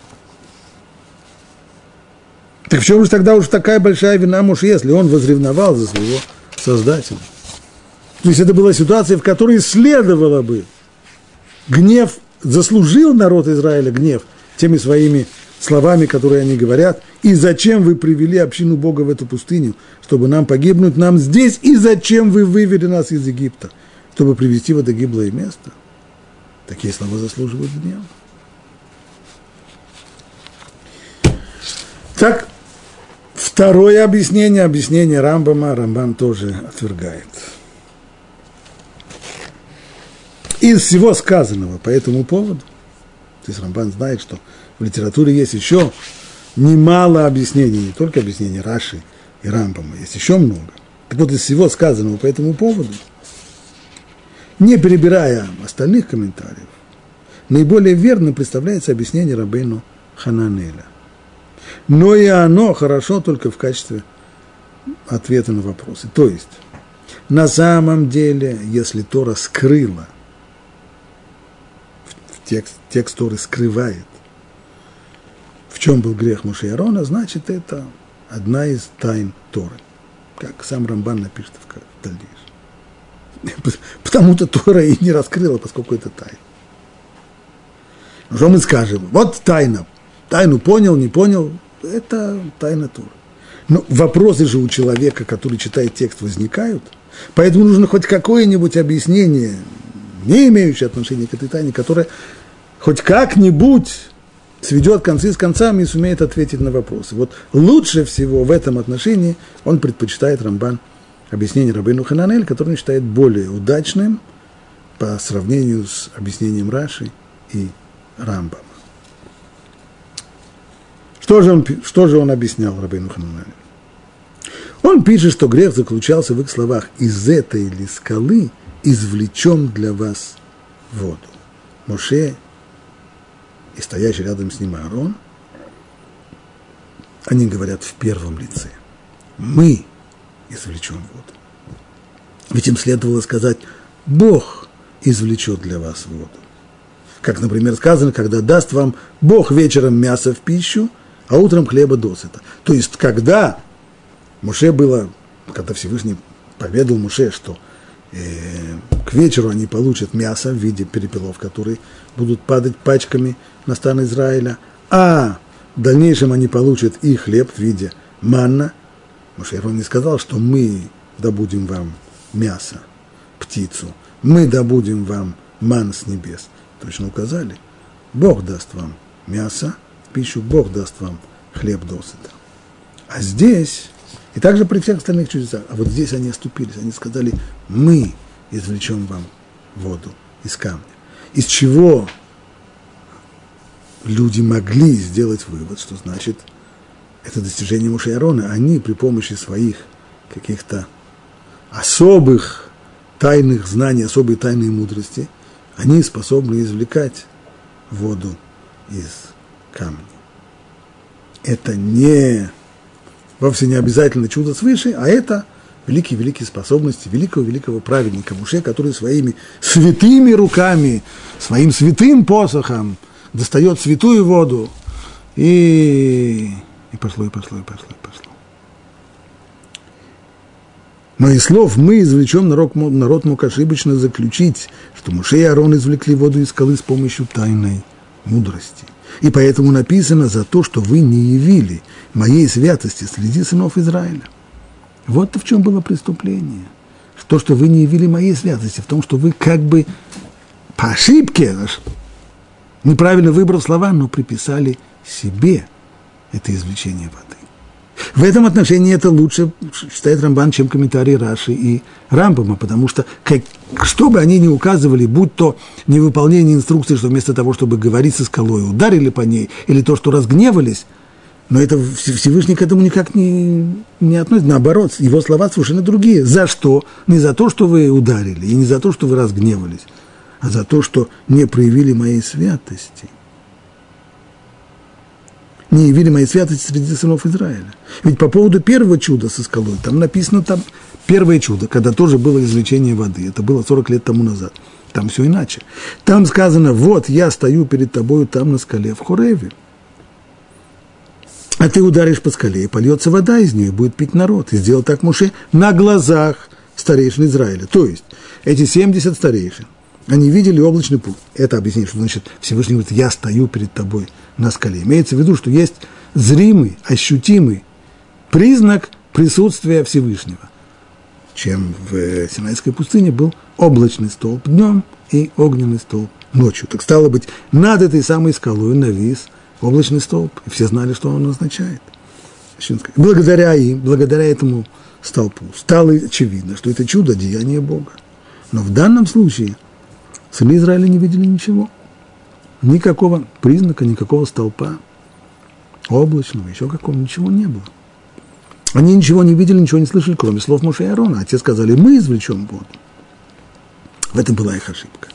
Так в чем же тогда уж такая большая вина Моше, если он возревновал за своего Создателя? То есть это была ситуация, в которой следовало бы гнев, заслужил народ Израиля гнев теми своими словами, которые они говорят. И зачем вы привели общину Бога в эту пустыню, чтобы нам погибнуть, нам здесь? И зачем вы вывели нас из Египта, чтобы привести в это гиблое место? Такие слова заслуживают гнева. Так, второе объяснение Рамбама, Рамбам тоже отвергает. Из всего сказанного по этому поводу, то есть Рамбан знает, что в литературе есть еще немало объяснений, не только объяснений Раши и Рамбама, есть еще много. Так вот, из всего сказанного по этому поводу, не перебирая остальных комментариев, наиболее верным представляется объяснение Рабейну Хананеля. Но и оно хорошо только в качестве ответа на вопросы. То есть, на самом деле, если Тора скрыла, текст Торы скрывает, в чем был грех Моше и Аарона, значит, это одна из тайн Торы, как сам Рамбан напишет в дальнейшем. Потому-то Тора и не раскрыла, поскольку это тайна. Что мы скажем? Вот тайна. Тайну понял, не понял, это тайна Торы. Но вопросы же у человека, который читает текст, возникают, поэтому нужно хоть какое-нибудь объяснение, не имеющее отношения к этой тайне, которое хоть как-нибудь сведет концы с концами и сумеет ответить на вопросы. Вот лучше всего в этом отношении он предпочитает Рамбан объяснение Рабейну Хананель, которое он считает более удачным по сравнению с объяснением Раши и Рамбама. Что же он объяснял Рабейну Хананель? Он пишет, что грех заключался в их словах: «Из этой ли скалы извлечем для вас воду». Моше и стоящий рядом с ним Аарон, они говорят в первом лице: «Мы извлечем воду». Ведь им следовало сказать: «Бог извлечет для вас воду». Как, например, сказано: «Когда даст вам Бог вечером мясо в пищу, а утром хлеба досыта». То есть, когда Всевышний поведал Моше, что к вечеру они получат мясо в виде перепелов, которые будут падать пачками на стан Израиля, а в дальнейшем они получат и хлеб в виде манна. Моше не сказал, что мы добудем вам мясо, птицу, мы добудем вам ман с небес. Точно указали: Бог даст вам мясо в пищу, Бог даст вам хлеб досыта. А здесь, и также при всех остальных чудесах, а вот здесь они оступились, они сказали: мы извлечем вам воду из камня. Из чего люди могли сделать вывод, что значит это достижение Моше и Аарона, они при помощи своих каких-то особых тайных знаний, особой тайной мудрости, они способны извлекать воду из камня. Это вовсе не обязательно чудо свыше, а это великие-великие способности великого праведника Моше, который своими святыми руками, своим святым посохом достает святую воду, и пошло. Но из слов «мы извлечем» народ мог ошибочно заключить, что Моше и Аарон извлекли воду из скалы с помощью тайной мудрости. И поэтому написано: «За то, что вы не явили моей святости среди сынов Израиля». Вот в чем было преступление. То, что вы не явили моей святости, в том, что вы как бы по ошибке, неправильно выбрав слова, но приписали себе это извлечение воды. В этом отношении это лучше, считает Рамбан, чем комментарии Раши и Рамбама, потому что что бы они ни указывали, будь то невыполнение инструкции, что вместо того, чтобы говорить со скалой, ударили по ней, или то, что разгневались, но это Всевышний к этому никак не относится. Наоборот, его слова совершенно другие. За что? Не за то, что вы ударили, и не за то, что вы разгневались, а за то, что не проявили моей святости. Не явили моей святости среди сынов Израиля. Ведь по поводу первого чуда со скалой, там написано, там первое чудо, когда тоже было извлечение воды. Это было 40 лет тому назад. Там все иначе. Там сказано, вот я стою перед тобою там на скале в Хореве. А ты ударишь по скале, и польется вода из нее, и будет пить народ. И сделал так Моше на глазах старейшин Израиля. То есть эти 70 старейшин, они видели облачный путь. Это объяснение, что значит Всевышний говорит, я стою перед тобой на скале. Имеется в виду, что есть зримый, ощутимый признак присутствия Всевышнего, чем в Синайской пустыне был облачный столб днем и огненный столб ночью. Так стало быть, над этой самой скалой навис облачный столб, и все знали, что он означает. Благодаря им, благодаря этому столпу, стало очевидно, что это чудо, деяние Бога. Но в данном случае сыны Израиля не видели ничего. Никакого признака, никакого столпа облачного, еще какого, ничего не было. Они ничего не видели, ничего не слышали, кроме слов Моше и Аарона. А те сказали, мы извлечем воду. В этом была их ошибка.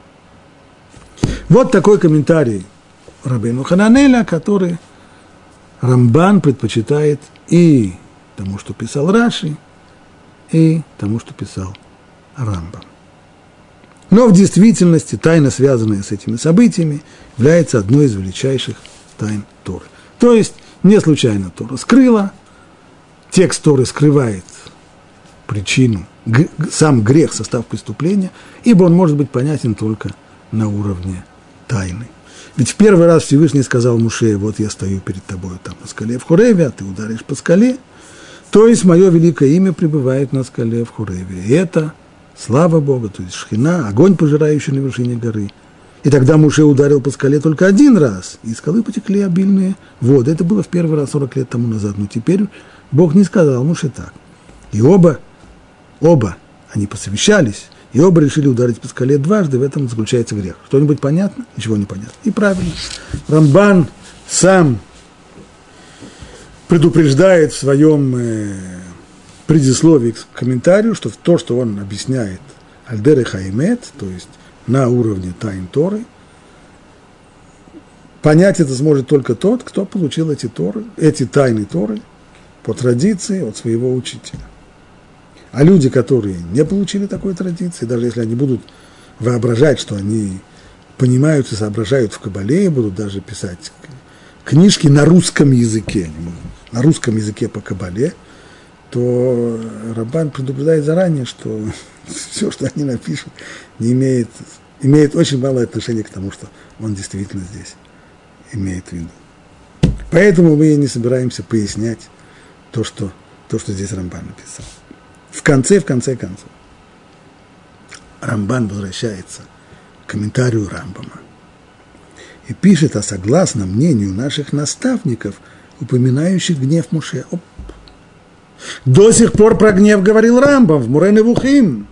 Вот такой комментарий Рабейну Хананеля, который Рамбан предпочитает и тому, что писал Раши, и тому, что писал Рамбам. Но в действительности тайна, связанная с этими событиями, является одной из величайших тайн Торы. То есть не случайно Тора скрыла, текст Торы скрывает причину, сам грех, состав преступления, ибо он может быть понятен только на уровне тайны. Ведь в первый раз Всевышний сказал Моше, вот я стою перед тобой там на скале в Хореве, а ты ударишь по скале, то есть мое великое имя пребывает на скале в Хореве. И это слава Бога, то есть Шхина, огонь, пожирающий на вершине горы. И тогда Моше ударил по скале только один раз, и из скалы потекли обильные воды. Это было в первый раз 40 лет тому назад, но теперь Бог не сказал Моше так. И оба они посовещались, и оба решили ударить по скале дважды, в этом заключается грех. Что-нибудь понятно? Ничего не понятно. И правильно. Рамбан сам предупреждает в своем предисловии к комментарию, что то, что он объясняет Аль-Дерech ха-Эмет, то есть на уровне тайн Торы, понять это сможет только тот, кто получил эти тайны Торы по традиции от своего учителя. А люди, которые не получили такой традиции, даже если они будут воображать, что они понимают и соображают в Кабале, и будут даже писать книжки на русском языке, по Кабале, то Рамбан предупреждает заранее, что все, что они напишут, имеет очень малое отношение к тому, что он действительно здесь имеет в виду. Поэтому мы не собираемся пояснять то, что здесь Рамбан написал. В конце концов, Рамбан возвращается к комментарию Рамбама и пишет, а согласно мнению наших наставников, упоминающих гнев Моше. До сих пор про гнев говорил Рамбам в Мурэ Невухим.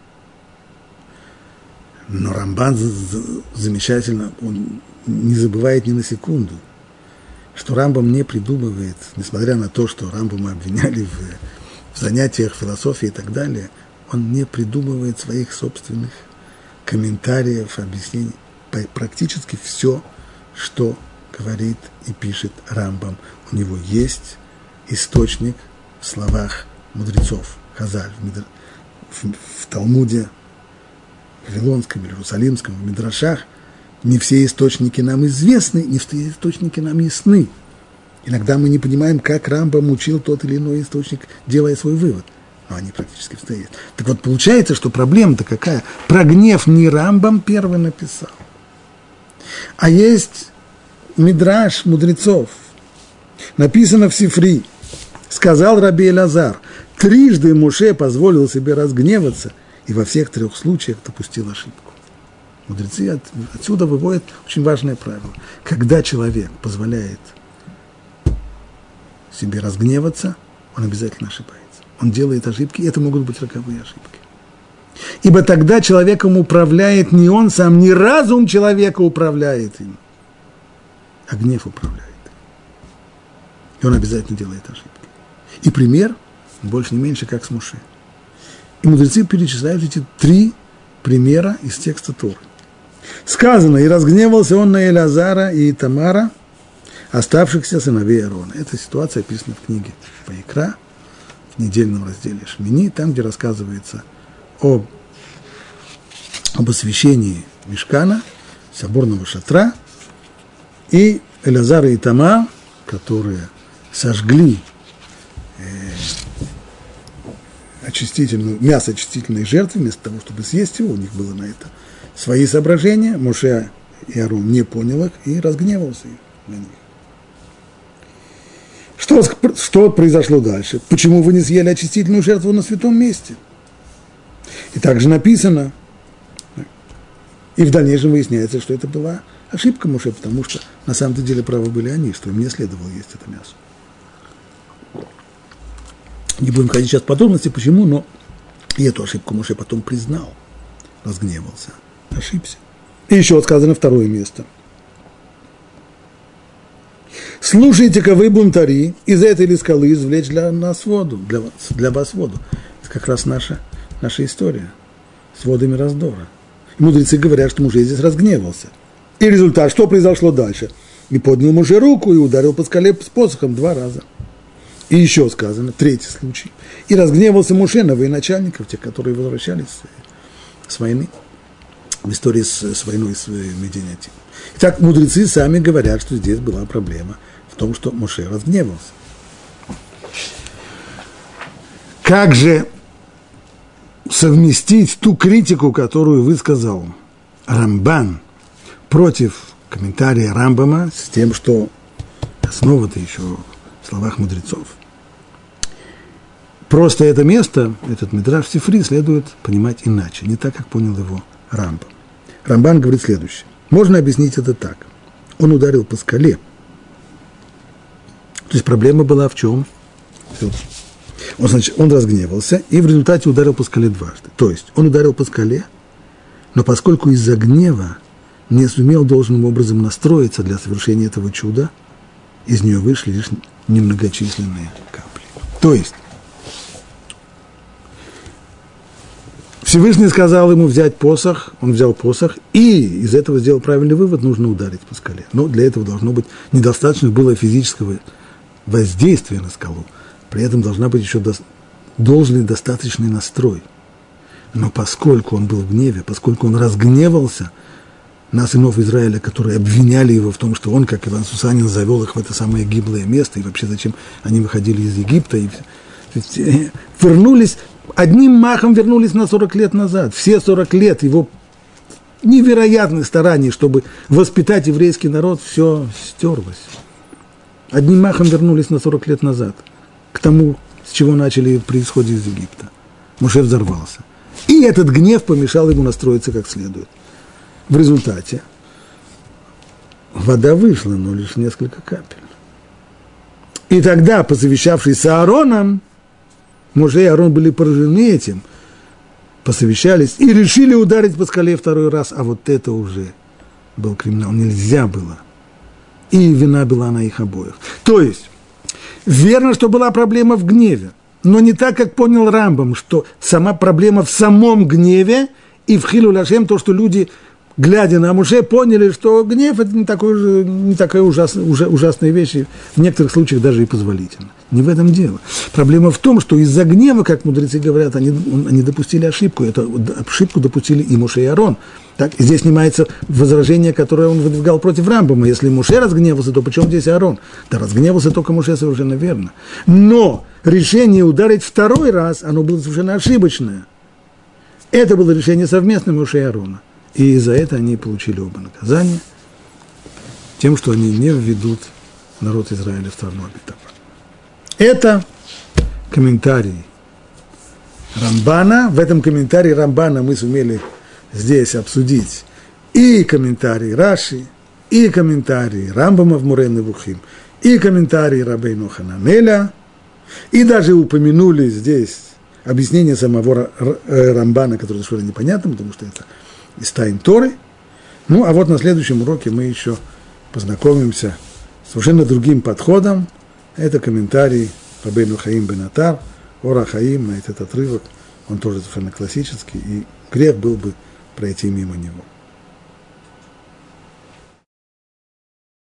Но Рамбан замечательно, он не забывает ни на секунду, что Рамбам не придумывает, несмотря на то, что Рамбама обвиняли в занятиях философии и так далее, он не придумывает своих собственных комментариев, объяснений. Практически все, что говорит и пишет Рамбам, у него есть источник в словах мудрецов, Хазаль, в Талмуде, в Вавилонском, или Иерусалимском, в Мидрашах. Не все источники нам известны, не все источники нам ясны. Иногда мы не понимаем, как Рамбам учил тот или иной источник, делая свой вывод. Но они практически встают. Так вот, получается, что проблема-то какая? Про гнев не Рамбам первый написал, а есть Мидраш мудрецов. Написано в Сифри. Сказал Раби Элазар, трижды Моше позволил себе разгневаться, и во всех 3 случаях допустил ошибку. Мудрецы отсюда выводят очень важное правило. Когда человек позволяет себе разгневаться, он обязательно ошибается. Он делает ошибки, и это могут быть роковые ошибки. Ибо тогда человеком управляет не он сам, не разум человека управляет им, а гнев управляет им. И он обязательно делает ошибки. И пример больше не меньше, как с Моше. И мудрецы перечисляют эти 3 примера из текста Торы. Сказано, и разгневался он на Элеазара и Тамара, оставшихся сыновей Аарона. Эта ситуация описана в книге Ваикра, в недельном разделе Шмини, там, где рассказывается об освящении Мишкана, соборного шатра, и Элеазар и Тамар, которые сожгли мясо очистительной жертвы, вместо того, чтобы съесть его, у них было на это свои соображения. Моше и Аарон не понял их и разгневался на них. Что произошло дальше? Почему вы не съели очистительную жертву на святом месте? И также написано, и в дальнейшем выясняется, что это была ошибка Моше, потому что на самом-то деле правы были они, что им не следовало есть это мясо. Не будем ходить сейчас в подробности, почему, но и эту ошибку Моше потом признал, разгневался, ошибся. И еще сказано 2 место. Слушайте-ка вы, бунтари, из этой ли скалы извлечь для нас воду, для вас воду. Это как раз наша история с водами раздора. И мудрецы говорят, что Моше здесь разгневался. И результат, что произошло дальше? И поднял Моше руку и ударил по скале с посохом 2 раза. И еще сказано, 3 случай. И разгневался Моше на военачальников, тех, которые возвращались с войны, в истории с войной с Медианитом. Итак, мудрецы сами говорят, что здесь была проблема в том, что Моше разгневался. Как же совместить ту критику, которую высказал Рамбан против комментария Рамбама, с тем, что основа-то еще в словах мудрецов? Просто это место, этот Мидраш Сифри, следует понимать иначе, не так, как понял его Рамбам. Рамбан говорит следующее. Можно объяснить это так. Он ударил по скале. То есть проблема была в чем? Он разгневался и в результате ударил по скале 2. То есть он ударил по скале, но поскольку из-за гнева не сумел должным образом настроиться для совершения этого чуда, из нее вышли лишь немногочисленные капли. То есть Всевышний сказал ему взять посох, он взял посох, и из этого сделал правильный вывод, нужно ударить по скале. Но для этого должно быть недостаточно было физического воздействия на скалу, при этом должна быть еще должный достаточный настрой. Но поскольку он был в гневе, поскольку он разгневался на сынов Израиля, которые обвиняли его в том, что он, как Иван Сусанин, завел их в это самое гиблое место, и вообще зачем они выходили из Египта, и вернулись, одним махом вернулись на 40 лет назад. Все 40 лет его невероятных стараний, чтобы воспитать еврейский народ, все стерлось. Одним махом вернулись на 40 лет назад, к тому, с чего начали при исходе из Египта. Моше взорвался. И этот гнев помешал ему настроиться как следует. В результате вода вышла, но лишь несколько капель. И тогда, посовещавшись с Аароном, Моше и Аарон были поражены этим, посовещались и решили ударить по скале 2 раз, а вот это уже был криминал, нельзя было. И вина была на их обоих. То есть, верно, что была проблема в гневе, но не так, как понял Рамбам, что сама проблема в самом гневе и в Хилуль Ашем, то, что люди, глядя на Моше, поняли, что гнев – это не такая ужасная вещь, и в некоторых случаях даже и позволительно. Не в этом дело. Проблема в том, что из-за гнева, как мудрецы говорят, они допустили ошибку. Эту ошибку допустили и Моше, и Аарон. Так, и здесь снимается возражение, которое он выдвигал против Рамбама. Если Моше разгневался, то почему здесь Аарон? Да разгневался только Моше, совершенно верно. Но решение ударить 2 раз, оно было совершенно ошибочное. Это было решение совместное Моше и Аарона. И за это они получили оба наказания, тем, что они не введут народ Израиля в страну обетованную. Это комментарий Рамбана. В этом комментарии Рамбана мы сумели здесь обсудить и комментарий Раши, и комментарий Рамбама в Морeh Невухим, и комментарий Рабейну Хананеля, и даже упомянули здесь объяснение самого Рамбана, которое совершенно непонятно, потому что это из тайн Торы. Ну, а вот на следующем уроке мы еще познакомимся с совершенно другим подходом. Это комментарий Рабейну Хаим бен Атар, Ора Хаим на этот отрывок. Он тоже совершенно классический, и грех был бы пройти мимо него.